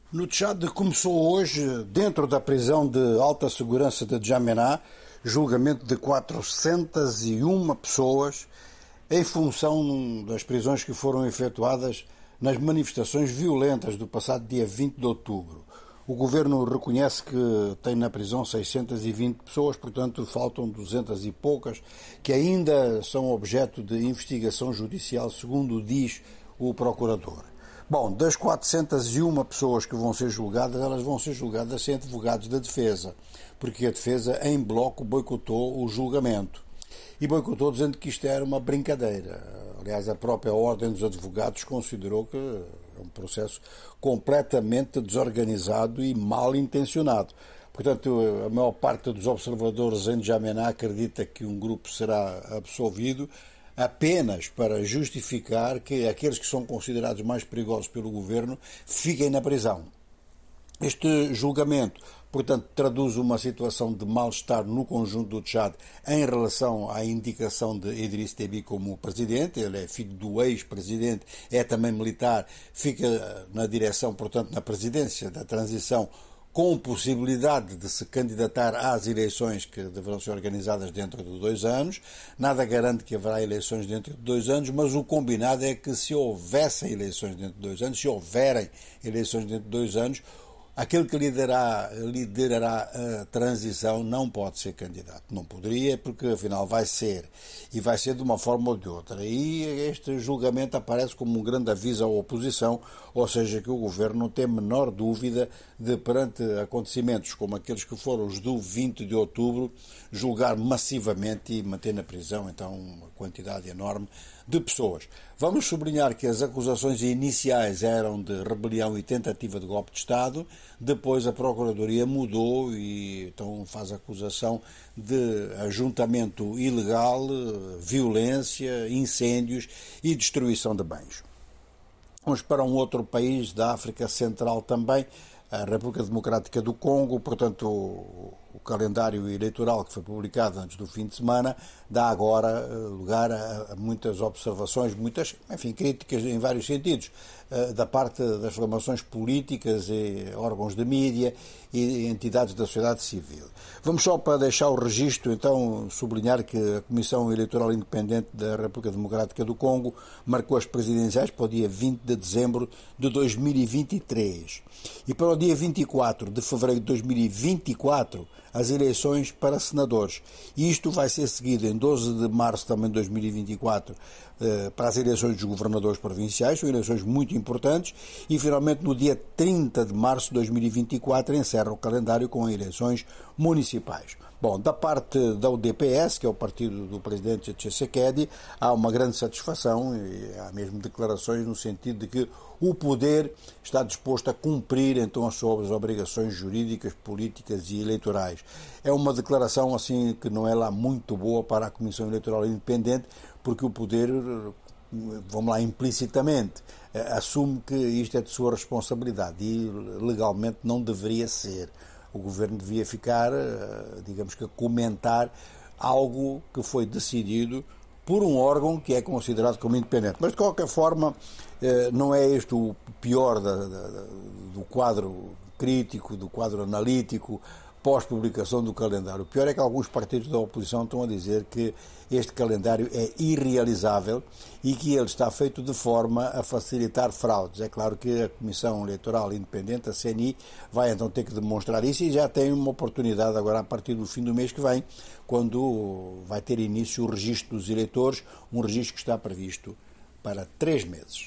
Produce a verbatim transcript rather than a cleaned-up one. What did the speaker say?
No Tchad começou hoje, dentro da prisão de alta segurança de Djamena, julgamento de quatrocentas e uma pessoas em função das prisões que foram efetuadas nas manifestações violentas do passado dia vinte de outubro. O governo reconhece que tem na prisão seiscentas e vinte pessoas, portanto faltam duzentas e poucas, que ainda são objeto de investigação judicial, segundo diz o procurador. Bom, das quatrocentas e uma pessoas que vão ser julgadas, elas vão ser julgadas sem advogados da defesa, porque a defesa, em bloco, boicotou o julgamento. E boicotou dizendo que isto era uma brincadeira. Aliás, a própria Ordem dos Advogados considerou que é um processo completamente desorganizado e mal intencionado. Portanto, a maior parte dos observadores em Djamena acredita que um grupo será absolvido apenas para justificar que aqueles que são considerados mais perigosos pelo governo fiquem na prisão. Este julgamento, portanto, traduz uma situação de mal-estar no conjunto do Tchad em relação à indicação de Idriss Déby como presidente. Ele é filho do ex-presidente, é também militar, fica na direção, portanto, na presidência da transição, com possibilidade de se candidatar às eleições que deverão ser organizadas dentro de dois anos. Nada garante que haverá eleições dentro de dois anos, mas o combinado é que se houvessem eleições dentro de dois anos, se houverem eleições dentro de dois anos, aquele que liderará, liderará a transição não pode ser candidato. Não poderia, porque afinal vai ser. E vai ser de uma forma ou de outra. E este julgamento aparece como um grande aviso à oposição, ou seja, que o governo não tem a menor dúvida de, perante acontecimentos como aqueles que foram os do vinte de outubro, julgar massivamente e manter na prisão, então, uma quantidade enorme de pessoas. Vamos sublinhar que as acusações iniciais eram de rebelião e tentativa de golpe de Estado. Depois a Procuradoria mudou e então faz acusação de ajuntamento ilegal, violência, incêndios e destruição de bens. Vamos para um outro país da África Central também, a República Democrática do Congo. Portanto, o, o calendário eleitoral que foi publicado antes do fim de semana dá agora lugar a, a muitas observações, muitas, enfim, críticas em vários sentidos, da parte das formações políticas e órgãos de mídia e entidades da sociedade civil. Vamos só, para deixar o registro, então, sublinhar que a Comissão Eleitoral Independente da República Democrática do Congo marcou as presidenciais para o dia vinte de dezembro de dois mil e vinte e três e para o dia vinte e quatro de fevereiro de dois mil e vinte e quatro as eleições para senadores. E isto vai ser seguido em doze de março também de dois mil e vinte e quatro para as eleições dos governadores provinciais, são eleições muito importantes, e finalmente no dia trinta de março de dois mil e vinte e quatro encerra o calendário com eleições municipais. Bom, da parte da U D P S, que é o partido do presidente Tshisekedi, há uma grande satisfação e há mesmo declarações no sentido de que o poder está disposto a cumprir então as suas obrigações jurídicas, políticas e eleitorais. É uma declaração assim que não é lá muito boa para a Comissão Eleitoral Independente, porque o poder, vamos lá, implicitamente assume que isto é de sua responsabilidade e legalmente não deveria ser. O governo devia ficar, digamos que, a comentar algo que foi decidido por um órgão que é considerado como independente. Mas, de qualquer forma, não é este o pior da, da, do quadro crítico, do quadro analítico, pós-publicação do calendário. O pior é que alguns partidos da oposição estão a dizer que este calendário é irrealizável e que ele está feito de forma a facilitar fraudes. É claro que a Comissão Eleitoral Independente, a C N I, vai então ter que demonstrar isso e já tem uma oportunidade agora a partir do fim do mês que vem, quando vai ter início o registro dos eleitores, um registro que está previsto para três meses.